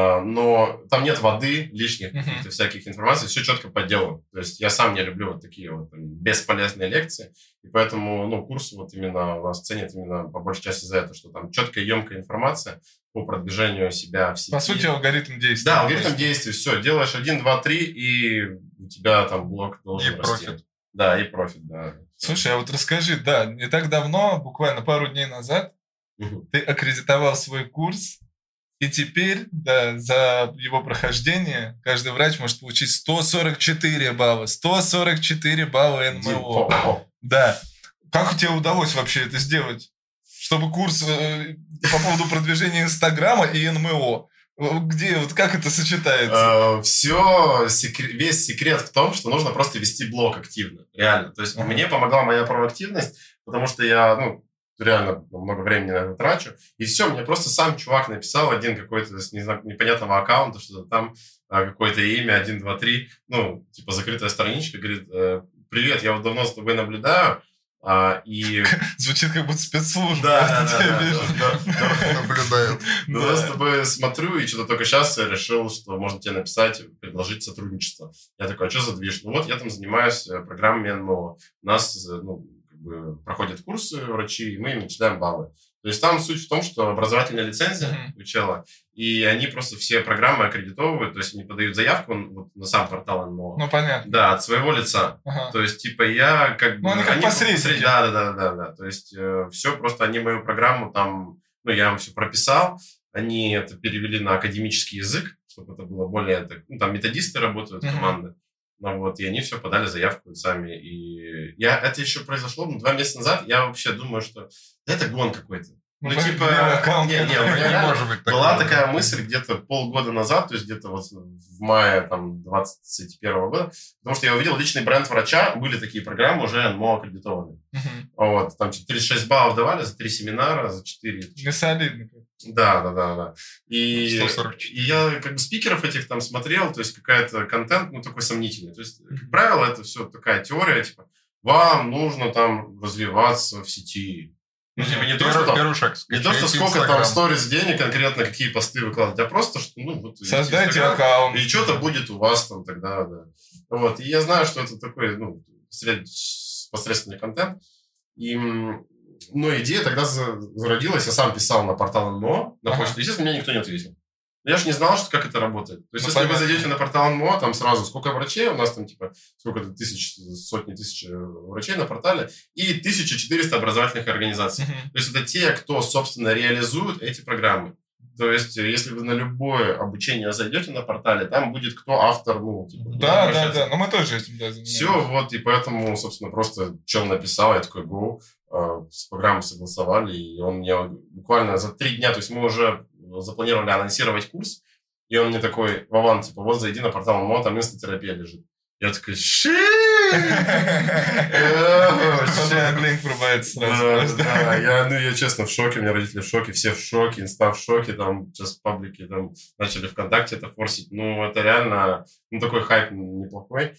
Speaker 3: но там нет воды, лишних каких-то всяких информаций, все четко по делу. То есть я сам не люблю вот такие вот там, бесполезные лекции, и поэтому, ну, курс вот именно вас ценит именно по большей части за это, что там четкая, емкая информация по продвижению себя в сети.
Speaker 1: По сути, алгоритм действий.
Speaker 3: Да, алгоритм действий, все, делаешь один, два, три, и у тебя там блок должен
Speaker 2: и
Speaker 3: расти.
Speaker 2: Профит.
Speaker 3: Да, и профит, да.
Speaker 1: Слушай, а вот расскажи, да, не так давно, буквально пару дней назад, угу. ты аккредитовал свой курс, и теперь, да, за его прохождение каждый врач может получить сто сорок четыре балла. сто сорок четыре балла эн эм о. Да. Как тебе удалось вообще это сделать? Чтобы курс э, по поводу продвижения Инстаграма и эн эм о. Где, вот как это сочетается?
Speaker 3: Все, весь секрет в том, что нужно просто вести блог активно. Реально. То есть uh-huh. мне помогла моя проактивность, потому что я, ну, реально много времени на это трачу. И все, мне просто сам чувак написал один какой-то с непонятного аккаунта, что-то там, какое-то имя, один, два, три, ну, типа закрытая страничка, говорит, привет, я вот давно с тобой наблюдаю, а, и...
Speaker 1: Звучит как будто спецслужба.
Speaker 3: Да, да, да.
Speaker 2: Наблюдают.
Speaker 3: Я с тобой смотрю, и что-то только сейчас я решил, что можно тебе написать, предложить сотрудничество. Я такой, а что за движ? Ну вот я там занимаюсь программами эн эм о. У нас, ну, проходят курсы врачи, и мы им начинаем баллы. То есть там суть в том, что образовательная лицензия mm-hmm. у чела, и они просто все программы аккредитовывают, то есть они подают заявку вот, на сам портал эн эм о.
Speaker 1: Ну, понятно.
Speaker 3: Да, от своего лица.
Speaker 1: Ага.
Speaker 3: То есть, типа, я как бы...
Speaker 1: Ну, они как они посредники.
Speaker 3: Да, да, да, да, да. То есть, э, все просто они мою программу там... Ну, я им все прописал, они это перевели на академический язык, чтобы это было более... Так, ну, там методисты работают, mm-hmm. команды. Ну вот, и они все подали заявку сами. И я, это еще произошло ну, два месяца назад. Я вообще думаю, что да, это гон какой-то. Ну, ну типа,
Speaker 1: аккаунт,
Speaker 3: не, не, у меня не может быть была такое. Такая мысль где-то полгода назад, то есть где-то вот в мае там, двадцать первого года, потому что я увидел личный бренд врача, были такие программы уже эн эм о аккредитованы. Uh-huh. Вот, там тридцать шесть баллов давали за три семинара, за четыре.
Speaker 1: Не солидно.
Speaker 3: Да, да, да, да. И, и я как бы спикеров этих там смотрел, то есть какая-то контент, ну, такой сомнительный. То есть, как правило, это все такая теория, типа, вам нужно там развиваться в сети. Ну, типа, не то, что, там, шаг, не то, что сколько Instagram. Там сторис денег, конкретно какие посты выкладывать, а просто, что, ну, вот...
Speaker 1: Создайте аккаунт.
Speaker 3: И что-то будет у вас там тогда, да. Вот, и я знаю, что это такой, ну, сред... посредственный контент. И, ну, идея тогда зародилась, я сам писал на портал эн эм о, на почту. Ага. Естественно, мне никто не ответил. Я же не знал, что как это работает. То есть,
Speaker 1: Ну,
Speaker 3: если
Speaker 1: понятно.
Speaker 3: вы зайдете на портал эн эм о, там сразу сколько врачей, у нас там типа сколько-то тысяч, сотни тысяч врачей на портале и тысяча четыреста образовательных организаций.
Speaker 1: Мгм.
Speaker 3: То есть, это те, кто, собственно, реализует эти программы. То есть, если вы на любое обучение зайдете на портале, там будет кто автор, ну, типа, куда
Speaker 1: Да, да,
Speaker 3: обращаться.
Speaker 1: да. Но мы тоже этим, да, занимаемся.
Speaker 3: Все, вот, и поэтому, собственно, просто чел написал, я такой, go, э, с программой согласовали, и он мне буквально за три дня, то есть мы уже запланировали анонсировать курс, и он мне такой, Вован, типа, вот зайди на портал эн эм о, там инстотерапия лежит. Я такой, ши!
Speaker 1: Линк врубается
Speaker 3: Да,
Speaker 1: сразу.
Speaker 3: да, я, ну, я честно в шоке, у меня родители в шоке, все в шоке, инста в шоке, там, сейчас паблики там начали ВКонтакте это форсить, ну, это реально, ну, такой хайп неплохой,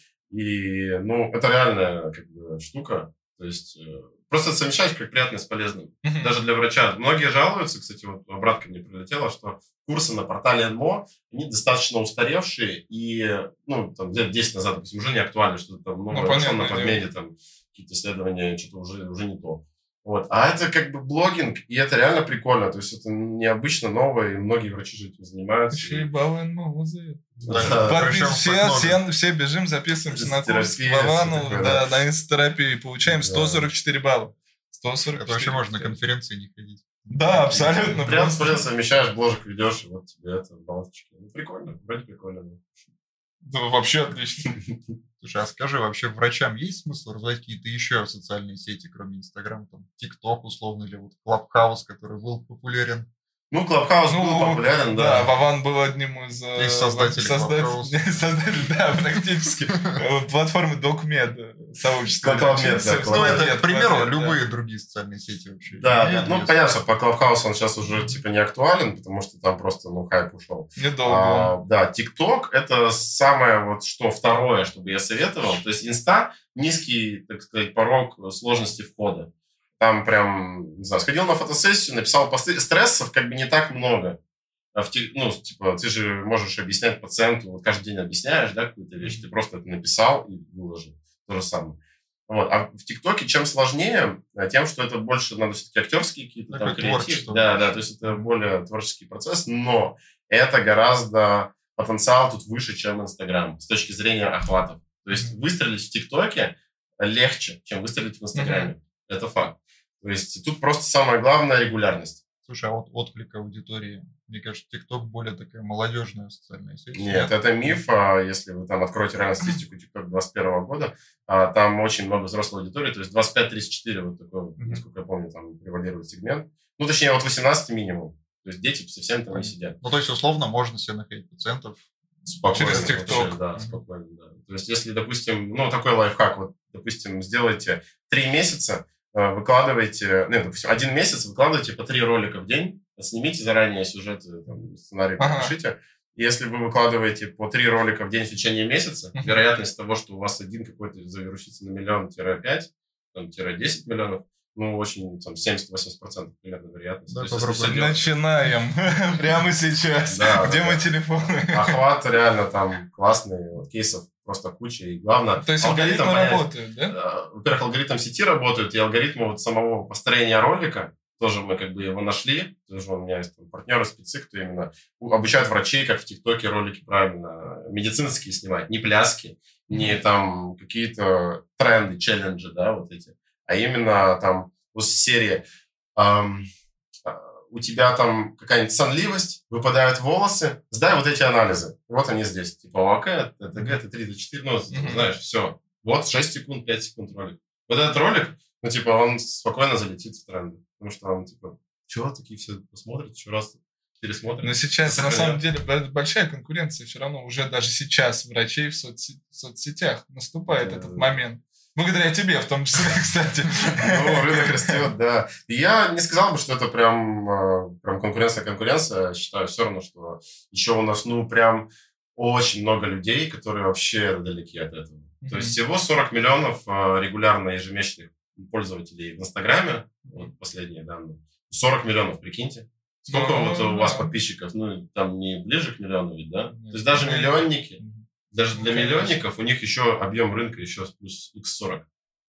Speaker 3: и, ну, это реальная, как бы, штука, то есть, э, просто совмещать как приятное с полезным,
Speaker 1: Мгм.
Speaker 3: даже для врача. Многие жалуются, кстати, вот обратка мне прилетела, что курсы на портале эн эм о, они достаточно устаревшие и, ну, там, лет десять назад, допустим, уже не актуальны, что-то там новое
Speaker 1: Ну,
Speaker 3: вышло на
Speaker 1: понятное
Speaker 3: подмене, там, какие-то исследования, что-то уже, уже не то. Вот. А это как бы блогинг, и это реально прикольно, то есть это необычно новое, и многие врачи же этим занимаются.
Speaker 1: Еще и баллы эн эм о музей.
Speaker 3: Да.
Speaker 1: Подпис-
Speaker 2: причем
Speaker 1: все,
Speaker 2: так много.
Speaker 1: все, все бежим, записываемся на курс к
Speaker 3: Терапия,
Speaker 1: Вовану,
Speaker 3: всё такое,
Speaker 1: да,
Speaker 3: да.
Speaker 1: на инстотерапии, получаем
Speaker 3: Да.
Speaker 1: сто сорок четыре балла. сто сорок четыре.
Speaker 2: Это вообще можно на конференции не ходить.
Speaker 1: Да, абсолютно.
Speaker 3: Прям,
Speaker 1: просто.
Speaker 3: блин, совмещаешь, бложек ведешь, и вот тебе это, баллочки. Ну, прикольно, вроде прикольно. да.
Speaker 1: Да, вообще отлично.
Speaker 2: Слушай, а скажи, вообще врачам есть смысл развивать какие-то еще социальные сети, кроме Инстаграма, там, ТикТок условно, или вот Клабхаус, который был популярен?
Speaker 3: Ну, Клабхаус
Speaker 1: Ну,
Speaker 3: был популярен,
Speaker 1: Да,
Speaker 3: да.
Speaker 1: Вован был одним из... э,
Speaker 2: Из создателей
Speaker 1: создатель-
Speaker 2: Clubhouse.
Speaker 1: создатель, да, практически. Э, Платформы DocMed, сообщества.
Speaker 3: Клабмед, да,
Speaker 1: Со-
Speaker 3: Клабмед.
Speaker 2: Ну, это,
Speaker 1: Клабмед,
Speaker 2: к примеру,
Speaker 1: Клабмед, да.
Speaker 2: любые другие социальные сети вообще.
Speaker 3: Да,
Speaker 2: имеют
Speaker 3: да. Ну,
Speaker 2: место?
Speaker 3: понятно, что по Клабхаусу он сейчас уже, типа, не актуален, потому что там просто, ну, хайп ушел.
Speaker 1: Недолго.
Speaker 3: А, да, ТикТок – это самое вот что второе, что бы я советовал. То есть Инста – низкий, так сказать, порог сложности входа. Там прям, не знаю, сходил на фотосессию, написал посты. Стрессов как бы не так много. А в ти- ну, типа, ты же можешь объяснять пациенту, вот каждый день объясняешь, да, какую-то вещь, ты просто это написал и выложил. То же самое. Вот. А в ТикТоке чем сложнее, а, тем, что это больше надо все-таки актерские какие-то там
Speaker 2: Такое
Speaker 3: креатив.
Speaker 2: творчество.
Speaker 3: Да, да, то есть это более творческий процесс, но это гораздо потенциал тут выше, чем Инстаграм с точки зрения охватов. То есть
Speaker 1: Мгм.
Speaker 3: выстрелить в ТикТоке легче, чем выстрелить в Инстаграме. Это факт. То есть тут просто самое главное регулярность.
Speaker 2: Слушай, а вот отклик аудитории, мне кажется, ТикТок более такая молодежная социальная сеть.
Speaker 3: Нет, это миф. а, Если вы там откроете реально статистику TikTok двадцать первого года, а, там очень много взрослой аудитории, то есть двадцать пять тридцать четыре, вот такой,
Speaker 1: Мгм.
Speaker 3: насколько я помню, там превалирует сегмент. Ну, точнее, от восемнадцати минимум. То есть дети совсем там не сидят.
Speaker 2: Ну, то есть, условно, можно себе находить пациентов.
Speaker 3: Спокойно.
Speaker 1: Через
Speaker 3: вообще,
Speaker 1: TikTok.
Speaker 3: Да,
Speaker 1: Мгм.
Speaker 3: спокойно, да. То есть, если, допустим, ну, такой лайфхак, вот, допустим, сделайте три месяца, э, выкладывайте, ну, допустим, один месяц выкладывайте по три ролика в день, снимите заранее сюжеты, там, сценарий
Speaker 1: Ага.
Speaker 3: пропишите. И если вы выкладываете по три ролика в день в течение месяца,
Speaker 1: Мгм.
Speaker 3: вероятность того, что у вас один какой-то завирусится на миллион-пять, там, тире десять миллионов, ну, очень, там, семьдесят-восемьдесят процентов примерно вероятность.
Speaker 2: Да,
Speaker 3: То есть, если
Speaker 2: попробуем.
Speaker 3: всё делать-
Speaker 1: Начинаем. Прямо сейчас.
Speaker 3: Да,
Speaker 1: Где
Speaker 3: да,
Speaker 1: мой
Speaker 3: да.
Speaker 1: телефон?
Speaker 3: Охват реально там классный, вот, кейсов просто куча. И главное,
Speaker 1: То есть
Speaker 3: алгоритм
Speaker 1: алгоритмы
Speaker 3: понять.
Speaker 1: работают, да?
Speaker 3: Э, Во-первых, алгоритм сети работает, и алгоритмы вот самого построения ролика, тоже мы как бы его нашли. Тоже у меня есть там партнеры, спецы, кто именно у- обучают врачей, как в ТикТоке ролики правильно медицинские снимать. Не пляски, не там какие-то тренды, челленджи, да, вот эти. А именно там вот серии ам, а, у тебя там какая-нибудь сонливость, выпадают волосы, сдай вот эти анализы. Вот они здесь. Типа АК, ТТГ, Т3, Т4, ну,
Speaker 1: Мгм.
Speaker 3: знаешь, все. Вот шесть секунд, пять секунд ролик. Вот этот ролик, ну, типа, он спокойно залетит в тренды. Потому что он, типа, чего такие все посмотрят, еще раз пересмотрят.
Speaker 1: Но сейчас, на
Speaker 3: Сохраняют.
Speaker 1: самом деле, б- большая конкуренция все равно. Уже даже сейчас врачей в, соцсе- в соцсетях наступает
Speaker 3: Да,
Speaker 1: этот
Speaker 3: да.
Speaker 1: момент. Благодаря тебе, в том числе, кстати.
Speaker 3: Ну, рынок растет, да. И я не сказал бы, что это прям, э, прям конкуренция-конкуренция. Считаю все равно, что еще у нас, ну, прям очень много людей, которые вообще далеки от этого. То есть всего сорок миллионов э, регулярно ежемесячных пользователей в Инстаграме, вот последние данные. сорок миллионов, прикиньте. Сколько
Speaker 1: Ну,
Speaker 3: вот у вас
Speaker 1: да.
Speaker 3: подписчиков? Ну, там не ближе к миллиону ведь, да?
Speaker 1: Нет.
Speaker 3: То есть даже
Speaker 1: Ну,
Speaker 3: миллионники, даже
Speaker 1: Ну,
Speaker 3: для
Speaker 1: конечно.
Speaker 3: миллионников у них еще объем рынка еще плюс икс сорок.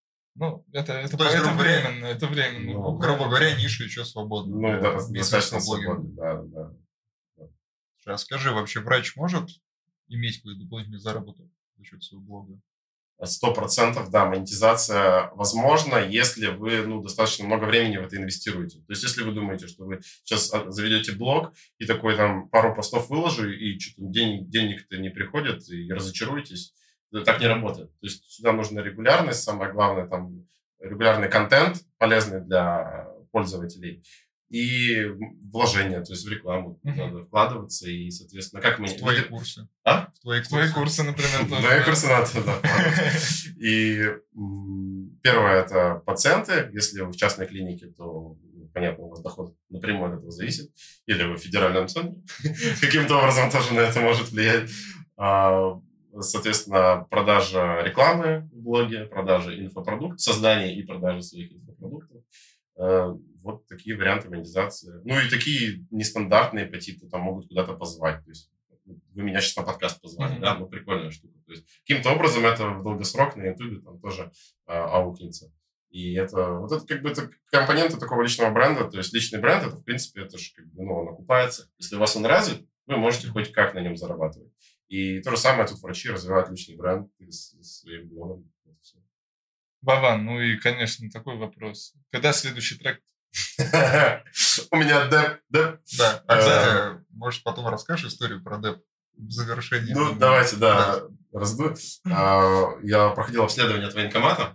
Speaker 1: Ну, это, это,
Speaker 2: То есть,
Speaker 1: это
Speaker 2: грубо говоря,
Speaker 1: временно, это временно.
Speaker 3: ну,
Speaker 2: Грубо говоря, ниша еще свободна.
Speaker 3: Ну,
Speaker 2: для
Speaker 3: да,
Speaker 2: бизнеса
Speaker 3: достаточно
Speaker 2: блогера.
Speaker 3: свободно, да, да.
Speaker 2: Слушай, а скажи, вообще врач может иметь какой-то дополнительный заработок за счет своего блога?
Speaker 3: Сто процентов, да, монетизация возможна, если вы ну, достаточно много времени в это инвестируете. То есть, если вы думаете, что вы сейчас заведете блог и такой там пару постов выложу, и что-то денег, денег-то не приходит, и разочаруетесь, так не работает. То есть, сюда нужна регулярность, самое главное, там, регулярный контент, полезный для пользователей, и вложения, то есть в рекламу mm-hmm. надо вкладываться, и, соответственно, как мы...
Speaker 2: В твои курсы.
Speaker 3: А?
Speaker 2: В твои,
Speaker 1: в твои курсы, например.
Speaker 3: В твои курсы надо, да. И первое, это пациенты. Если вы в частной клинике, то, понятно, у вас доход напрямую от этого зависит. Или вы в федеральном центре. Каким-то образом тоже на это может влиять. Соответственно, продажа рекламы в блоге, продажа инфопродуктов, создание и продажа своих инфопродуктов. Вот такие варианты монетизации. Ну и такие нестандартные по типу, там могут куда-то позвать. То есть вы меня сейчас на подкаст позвали, mm-hmm. да, ну прикольная штука. То есть каким-то образом это в долгосрок на Ютубе там тоже а, аукнется. И это, вот это как бы это компоненты такого личного бренда, то есть личный бренд, это в принципе, это же как бы, ну, он окупается. Если у вас он развит, вы можете хоть как на нем зарабатывать. И то же самое тут врачи развивают личный бренд своим блогом.
Speaker 1: Вован, ну и, конечно, такой вопрос. Когда следующий трек?
Speaker 3: У меня деп, деп.
Speaker 2: Да, а, кстати, может, потом расскажешь историю про деп в завершении?
Speaker 3: Ну, давайте, да, разду. Я проходил обследование от военкомата,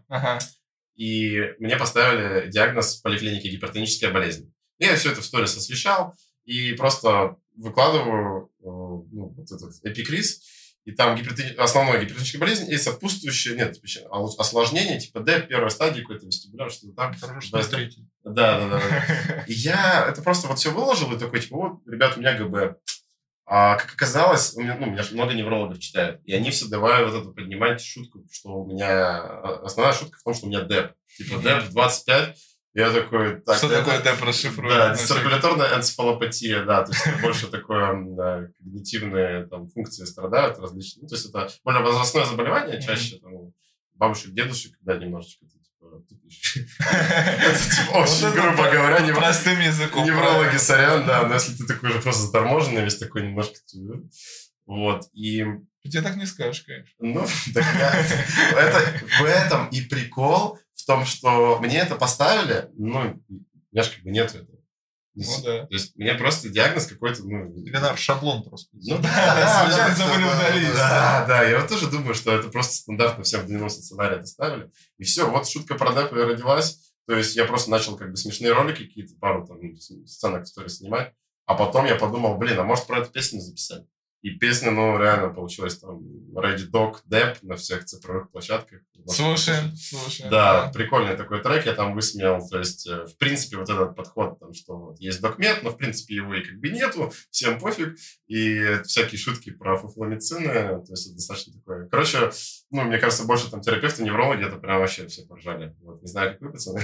Speaker 3: и мне поставили диагноз в поликлинике гипертоническая болезнь. Я все это в сторис освещал, и просто выкладываю ну, вот этот эпикриз, и там гипертони... основная гипертоническая болезнь и сопутствующее, нет, осложнение, типа деп, первой стадии какой-то вестибуляр, что-то там.
Speaker 2: Хорошо, что третий.
Speaker 3: Да, да, да. И я это просто вот все выложил, и такой, типа, вот, ребят, у меня ГБ. А как оказалось, у меня, ну, у меня же много неврологов читают, и они все давай вот это поднимать шутку, что у меня... Основная шутка в том, что у меня деп. Типа деп в двадцать пять. Я такой... Так,
Speaker 1: что это, такое деп, расшифруй?
Speaker 3: Да, циркуляторная энцефалопатия, да, то есть больше такое да, когнитивные там, функции страдают различные. Ну, то есть это более возрастное заболевание, чаще там, бабушек, дедушек, да, немножечко типа, тупишь. Это очень грубо говоря.
Speaker 1: Простым языком.
Speaker 3: Неврологи, сорян, да, но если ты такой же просто заторможенный, весь такой немножко... Вот, и...
Speaker 1: Тебе так не скажешь, конечно.
Speaker 3: Ну, так это в этом и прикол, в том, что мне это поставили, ну, у меня же как бы нету этого.
Speaker 1: Ну, да.
Speaker 3: То есть, мне просто диагноз какой-то, ну...
Speaker 2: Тебе надо шаблон просто.
Speaker 3: Ну, да,
Speaker 1: случайно забыли удалить.
Speaker 3: Да, да, я вот тоже думаю, что это просто стандартно всем в девяностом сценарии это ставили. И все, вот шутка про деп родилась. То есть, я просто начал как бы смешные ролики какие-то, пару там сценок в сторис снимать. А потом я подумал, блин, а может про эту песню записать? И песня, ну, реально получилась там Ready Dog Dep на всех цифровых площадках.
Speaker 1: Слушаем, слушаем.
Speaker 3: Да, да, прикольный такой трек, я там высмеял. То есть, в принципе, вот этот подход, там, что вот есть докмет, но, в принципе, его и как бы нету, всем пофиг. И всякие шутки про фуфломицины, то есть, это достаточно такое. Короче, ну, мне кажется, больше там терапевты, неврологи, это прям вообще все поржали. Вот, не знаю, как вы, пацаны.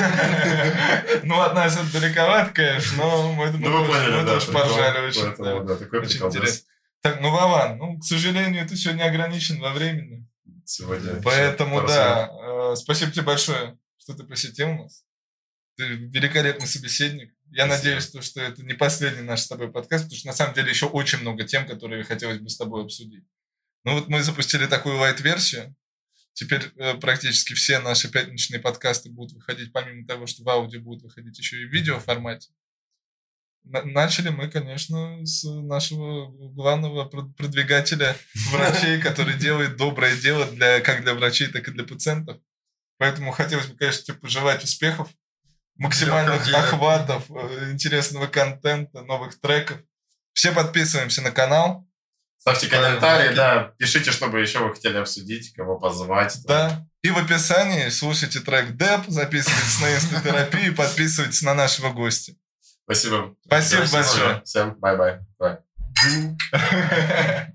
Speaker 1: Ну, от нас это далековато, конечно, но мы тоже поржали очень.
Speaker 3: Да, такой прикол.
Speaker 1: Так, ну, Вован, ну, к сожалению, ты сегодня ограничен во времени.
Speaker 3: Сегодня.
Speaker 1: Поэтому, да, э, спасибо тебе большое, что ты посетил нас. Ты великолепный собеседник. Я спасибо. Надеюсь, что, что это не последний наш с тобой подкаст, потому что на самом деле еще очень много тем, которые хотелось бы с тобой обсудить. Ну вот мы запустили такую лайт-версию. Теперь э, практически все наши пятничные подкасты будут выходить, помимо того, что в аудио будут выходить еще и в видео формате. Начали мы, конечно, с нашего главного продвигателя врачей, который делает доброе дело для, как для врачей, так и для пациентов. Поэтому хотелось бы, конечно, тебе пожелать успехов, максимальных охватов, интересного контента, новых треков. Все подписываемся на канал.
Speaker 3: Ставьте комментарии, да, пишите, чтобы еще вы хотели обсудить, кого позвать.
Speaker 1: Да. И в описании слушайте трек Деп, записывайтесь на инстатерапию, подписывайтесь на нашего гостя.
Speaker 3: Спасибо.
Speaker 1: Спасибо большое.
Speaker 3: Всем бай-бай. Bye.